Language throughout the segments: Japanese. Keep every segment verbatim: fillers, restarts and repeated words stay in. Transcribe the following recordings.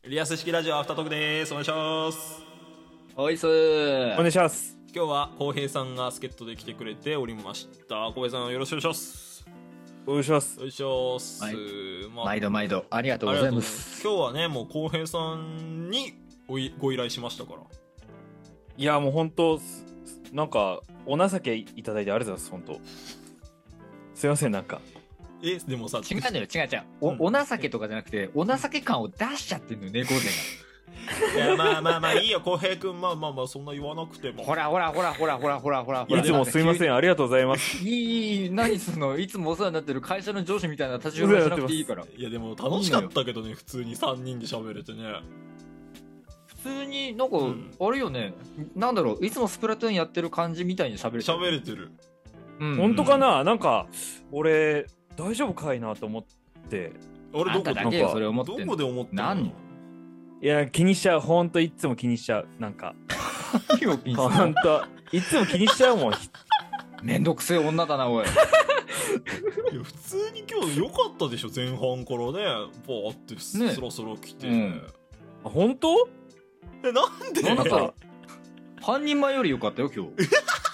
リアス式ラジオアフタートークです。お願いします。 おいっすおー。 願いします。 今日は浩平さんが助っ人で来てくれておりました。浩平さんよろしくお願いします。 お願いします。 よいしょーす、 はいまあ、 毎度毎度ありがとうございます。 今日はねもう浩平さんにおいご依頼しましたから。 いやもう本当なんかお情けいただいてありがとうございます。本当すいません。なんかえでもさ違うのよ違う違うお、 うんお情けとかじゃなくてお情け感を出しちゃってんのよ猫背いやまあまあまあいいよ浩平くん、まあまあまあそんな言わなくてもがほらほらほらほらほらほらほらほらいつもすいませんん。ありがとうございます。 いいいい何すんのいつもお世話になってる会社の上司みたいな立ち寄りしなくていいから。 いやでも楽しかったけどね普通にさんにんで喋れてね。 普通になんか、 うんあれよねなんだろういつもスプラトゥーンやってる感じみたいに喋れてる。 喋れてる。 うん本当かな。なんか俺大丈夫かいなと思って俺どこであんただけよそれ思ってんの。 どこで思ってんの。 なんいや気にしちゃう。本当いつも気にしちゃう。なんか何を気にするの本当いつも気にしちゃうもん。 めんどくせえ女だなおい。 いや普通に今日良かったでしょ前半からねバーってスねラスラ来て、 うんあ本当えなんでなんか半人前より良かったよ今日。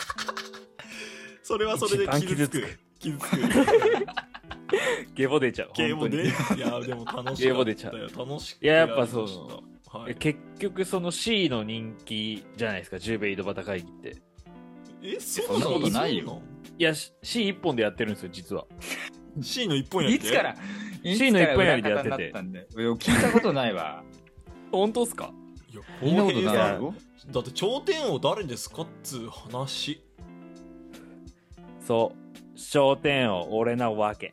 それはそれで傷つく傷つくゲボ出ちゃう。 ゲームでい本当にやでも楽しゲーかったム出ちゃうよ楽しくいややっぱそうやりましたはい、 結局その C の人気じゃないですか。ジュベイドバタ会議って。 えそそんなことないよいや C 一本でやってるんですよ実は。 C の一本やっていつから C の一本やりでやってていつから裏方になったんだよ聞いたことないわ。 本当っすか。 いや聞いたことないさよ。 だって頂点王誰ですかっつう話。 そう焦点を俺なわけ。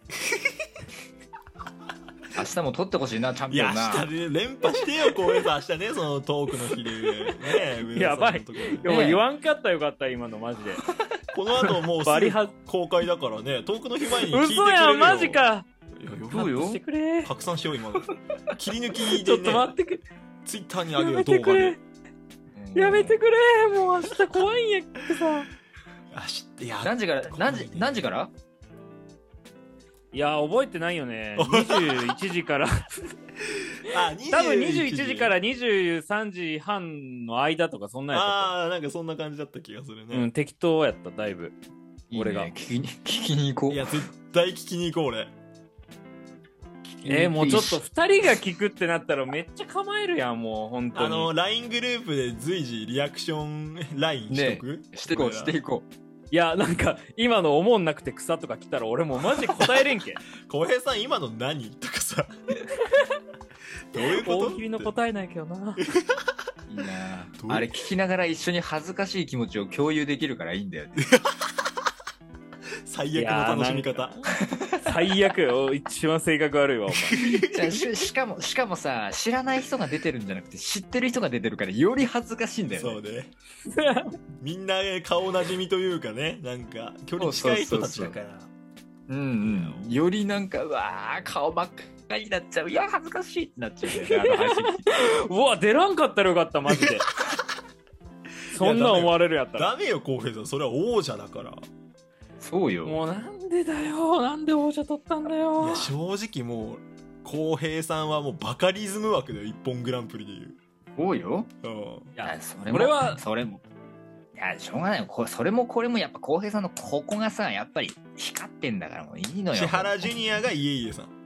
明日も取ってほしいなチャンいやピオンな。 明日ね連覇してよ浩平さん明日ねそのトークの日でねやばい上田さんのとこででも言わんかったらよかった今のマジで。 この後もうすぐバリハ公開だからねトークの日前に聞いてくれるよ。 嘘やんマジか。 いやよそうよしてくれ。 拡散しよう今の切り抜きちょっとでね待ってくれ。 ツイッターに上げやようめてくれ動画で。 やめてくれ。もう明日怖いんやってさ。 明日いや何時から何時何時からいや覚えてないよね。にじゅういちじからあ多分にじゅういちじからにじゅうさんじはんの間とかそんなんやったああなんかそんな感じだった気がすると。うんね、 適当やっただいぶ。 いいね俺が聞きに聞きに行こう。 いや絶対聞きに行こう俺。 えー、もうちょっとふたりが聞くってなったらめっちゃ構えるやんもう本当に。 あの ライン グループで随時リアクションラインしとく、 していこうしていこいやなんか今の思んなくて草とか来たら俺もうマジ答えれんけん。 浩平さん今の何とかさどういうこと大喜利の答えないけどな。 う。いいなどうあれ聞きながら一緒に恥ずかしい気持ちを共有できるからいいんだよね。 最悪の楽しみ方。 最悪よ。一番性格悪いわお前。 じゃあししかもしかもさ知らない人が出てるんじゃなくて知ってる人が出てるからより恥ずかしいんだよね。 そうねみんな顔なじみというかねなんか距離近い人たちだからうんうん。よりなんかうわー顔真っ赤になっちゃういや恥ずかしいってなっちゃうんだよねあの配信聞いて。 うわ出らんかったらよかったマジで。そんな思われるやったら。 ダメよ浩平さんそれは王者だから。 そうよ。 もうなんでだよ。なんで王者取ったんだいよや。正直もう浩平さんはもうバカリズム枠だよ一本グランプリでいう。 そうよ。 うんいやそれもこれはそれもいやしょうがないよこそれもこれもやっぱ浩平さんのここがさやっぱり光ってんだからもういいのよ。 千原ジュニアが家家さん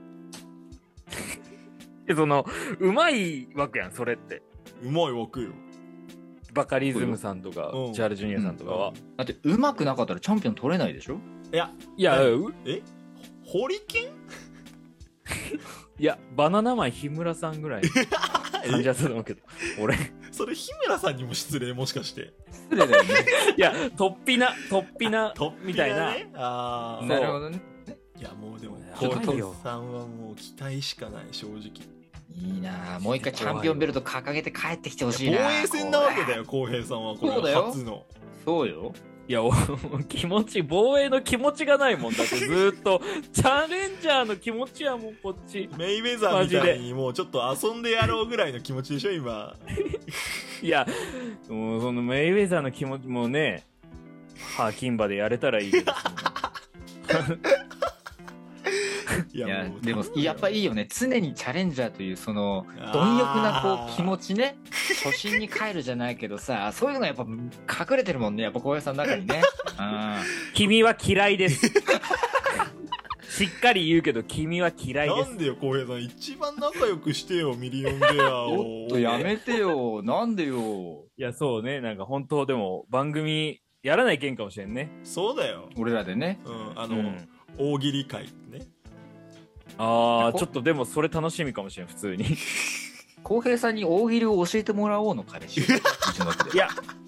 そのうまい枠やんそれって。 うまい枠よ。 バカリズムさんとかうん千原ジュニアさんとかは。 だってうまくなかったらチャンピオン取れないでしょ。 いやいや、 えうえホリケンいやバナナマン日村さんぐらいの感じだったと思うけど俺。 それ日村さんにも失礼もしかして失礼だよね。 いやとっぴなとっぴなトッピみたいな。 ねあーそうなるほどね。 いやもうでもちょ浩っとよ平さんはもう期待しかない正直。 いいなあもう一回チャンピオンベルト掲げて帰ってきてほしい防な。 衛戦なわけだよ浩平さんはこれそうだよ初の。 そうよ。 いやお気持ち防衛の気持ちがないもんだってずーっとチャレンジャーの気持ちはもうこっち。 メイウェザーみたいにもうちょっと遊んでやろうぐらいの気持ちでしょ今。 いやもうそのメイウェザーの気持ちもねハーキンバでやれたらいいけど。 いいやもうでも頼むよやっぱいいよね。常にチャレンジャーというそのあー貪欲なこう気持ちね。初心に帰るじゃないけどさ、そういうのがやっぱ隠れてるもんね。やっぱ小林さんの中にね。うん。 君は嫌いですしっかり言うけど君は嫌いですなんでよ浩平さん、一番仲良くしてよミリオンベアを。 おっとやめてよ。なんでよ。 いやそうねなんか本当でも番組やらないけんかもしれんねそうだよ。 俺らでね。 うん、あの、 うん大喜利会ね。 ああちょっとでもそれ楽しみかもしれん普通に浩平さんに大喜利を教えてもらおうの彼氏。うちのいや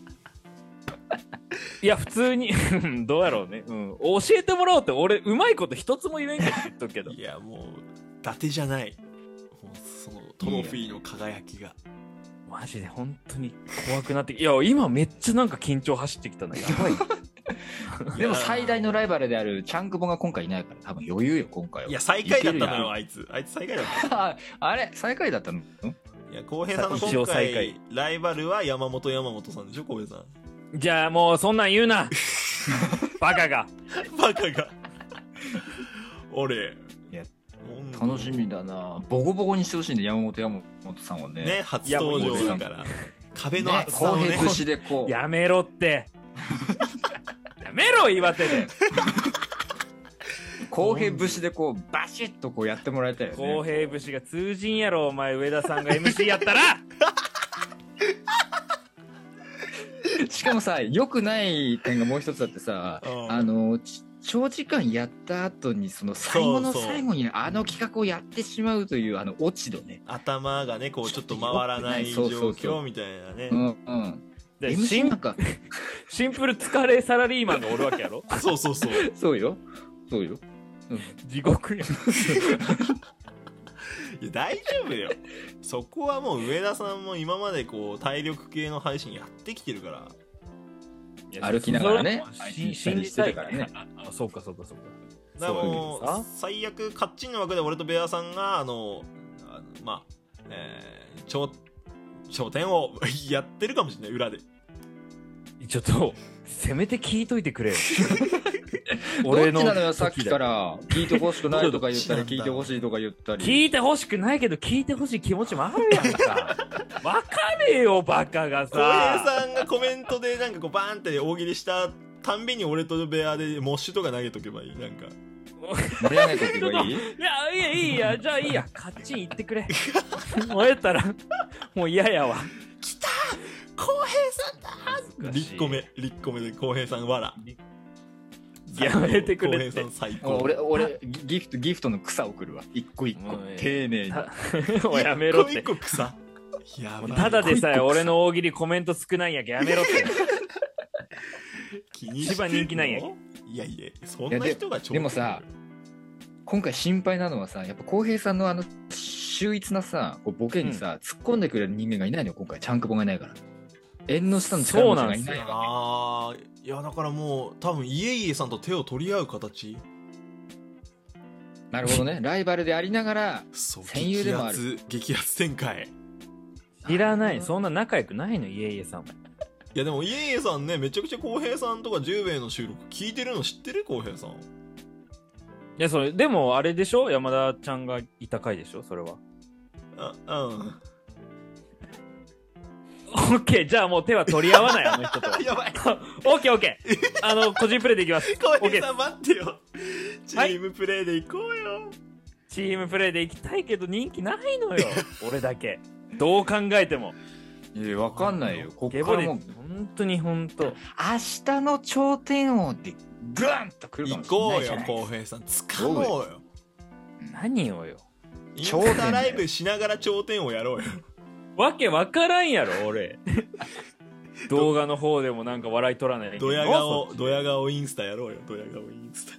いや普通にどうやろうね、うん、教えてもらおうって俺うまいこと一つも言えんけど言っとくけどいやもう伊達じゃない。もうそのトロフィーの輝きが。 マジで本当に怖くなっていや今めっちゃなんか緊張走ってきたなやばいでも最大のライバルであるチャンクボが今回いないから多分余裕よ今回は。 いや最下位だったのいけるよあいつ。あいつ最下位だったああれ最下位だったの？ いや浩平さんの一今応最下回位ライバルは山本山本さんでしょ浩平さん。 じゃあもうそんなん言うなバカがバカが俺いやほん楽しみだな。ボコボコにしてほしいんで山本山本さんはね。 ね初登場だから壁のね厚さをね公平節でこう。 やめろってやめろ岩手で公平節でこうバシッとこうやってもらいたいよ公ね。 平節が通じんやろお前上田さんが エムシー やったらしかもさ良くない点がもう一つあってさ、 うんあのち長時間やった後にその最後のそうそう最後にあの企画をやってしまうというあの落ち度ね。 頭がねこうちょっと回らない状そうそうそう況みたいなね。 うんうん。 でエムシーシンなんかシンプル疲れサラリーマンがおるわけやろそうそうそう。 そうよそうよ。 地獄やんいや大丈夫よ。そこはもう上田さんも今までこう体力系の配信やってきてるから。 歩きながらねそれ配信ししたりしてるからね。 あそうかそうかそうかだからもそうだけどう最悪カッチンの枠で俺とベアさんがあのあのまあ、えー、頂頂点をやってるかもしれない裏で。 ちょっとせめて聞いといてくれよどっちなのよさっきから聞いてほしくないとか言ったりどっちなんだ聞いてほしいとか言ったり。 聞いてほしくないけど聞いてほしい気持ちもあるやんかわかれよバカが浩平ささんがコメントでなんかこうバーンって大喜利したたんびに俺とベアでモッシュとか投げとけばいい。なんか盛り上げとけばいい？ いやいやいいやじゃあいいやカッチン言ってくれもうやったらもう嫌やわ来た浩平さんだリッコメリッコメで浩平さんわらやめてくれって浩平さん最高。 俺俺ギフトギフトの草送るわ一個一個もうね丁寧に。 たもうやめろって一個一個草やばい。 ただでさえ俺の大喜利コメント少ないんやけやめろって気にしてんの一番人気なんやいやいやそんな人がちょうどでもさ今回心配なのはさやっぱ浩平さんのあの秀逸なさこうボケにさ、突っ込んでくれる人間がいないのよ今回チャンクボがいないから縁の下の力持ちがいないわあーいやだからもう多分家々さんと手を取り合う形。 け。なるほどねライバルでありながらそう戦友でもある激アツ激アツ展開。 知らないそんな仲良くないの家々さんもいやでも家々さんねめちゃくちゃ浩平さんとか十兵衛の収録聞いてるの知ってる浩平さん。 いやそれでもあれでしょ山田ちゃんがいた回でしょそれはあうんオッケーじゃあもう手は取り合わないあの人とはやばいオッケーオッケーあの個人プレイでいきます浩オッケー平さん待ってよチームプレイで行こうよ。 チームプレイで行きたいけど人気ないのよ俺だけどう考えてもいやわかんないよこっゲボでからもう本当に本当明日の頂点王ってグーンとくるか行もしれこうよないじゃない浩平さん掴もうよ。 何をよインスタライブしながら頂点をやろうよ。 わけわからんやろ俺動画の方でもなんか笑い取らないドヤ顔ドヤ顔インスタやろうよ。ドヤ顔インス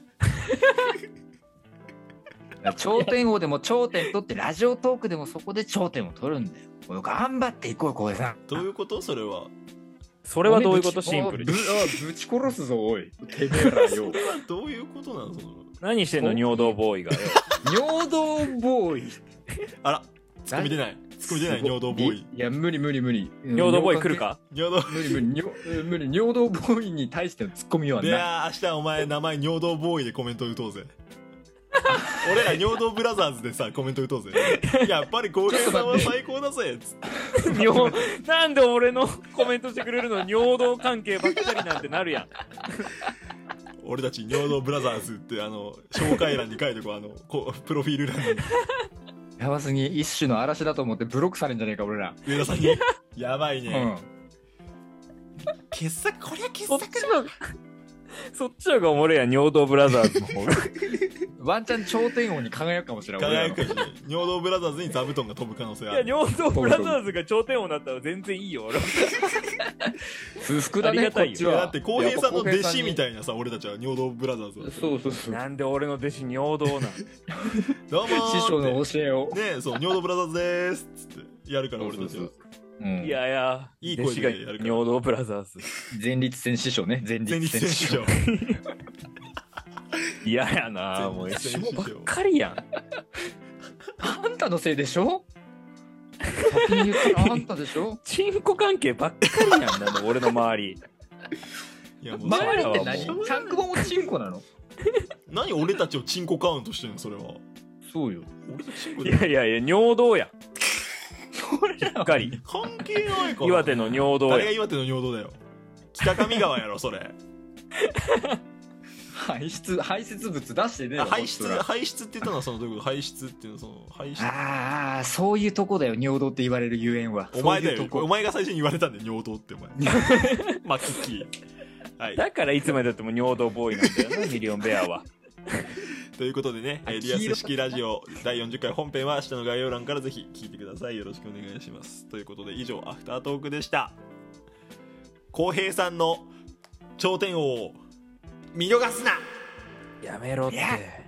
タ頂点王でも頂点取ってラジオトークでもそこで頂点を取るんだよこれ頑張っていこうよ浩平さん。 どういうことそれは。 それはどういうことシンプルにぶあぶち殺すぞおいてめえらよそれはどういうことなのその。 何してんの尿道ボーイがよ尿道ボーイあらツッコミ出ないツッコミ出ない尿道ボーイ。 いや無理無理無理尿道ボーイ来るか尿道無理無理尿無理尿道ボーイに対してのツッコミはない。 で明日お前名前尿道ボーイでコメント打とうぜ。 俺ら尿道ブラザーズでさコメント打とうぜ。やっぱり浩平さんは最高だぜっつって。 尿なんで俺のコメントしてくれるの尿道関係ばっかりなんてなるやん。 俺たち尿道ブラザーズってあの紹介欄に書いてこう、あのこうプロフィール欄に。 やばすぎ、一種の嵐だと思ってブロックされんじゃねえか俺ら。 上田さんにやばいね、 うん、 傑作、こりゃ傑そっ作ちのそっちの方がおもろいやん、尿道ブラザーズの方が。 ワンチャン頂点王に輝くかもしれない。 輝くかもしれない。尿道ブラザーズに座布団が飛ぶ可能性がある。 いや、尿道ブラザーズが頂点王だったら全然いいよ俺。 不服だね、こっちは。 だって浩平さんの弟子みたいなさ、俺たちは尿道ブラザーズ。 そうそうそう。 なんで俺の弟子尿道なん。 どうもー師匠の教えをね、そう尿道ブラザーズでーすっつってやるから俺たちは。 うん、 いやいや、 いい声でやるから。 尿道ブラザーズ。 前立腺師匠ね、前立腺師匠。 嫌やなぁ、もう一緒ばっかりやん。 あんたのせいでしょ。先に言ったのあんたでしょ。 チンコ関係ばっかりやんなの俺の周り。 いやもう周りって何？チャンクボもチンコなの？ 何俺たちをチンコカウントしてんのそれは。 そうよ。 俺たちチンコいやいやいや、尿道や。しっかり。 関係ないから。 岩手の尿道や。 誰が岩手の尿道だよ。北上川やろそれ。 排出排泄物出してね。 排出排出って言ったのはそのどういうこと？排出っていうのはその排出。 ああ、そういうとこだよ尿道って言われるゆえんは。 お前だよ。お前が最初に言われたんだよ尿道ってお前。まあキッキー。はい。 だからいつまでだっても尿道ボーイなんだよなミリオンベアは。 ということでね、リアス式ラジオだいよんじゅっかい本編は下の概要欄からぜひ聞いてください。よろしくお願いします。ということで以上アフタートークでした。浩平さんの頂点王を見逃すな。 やめろって。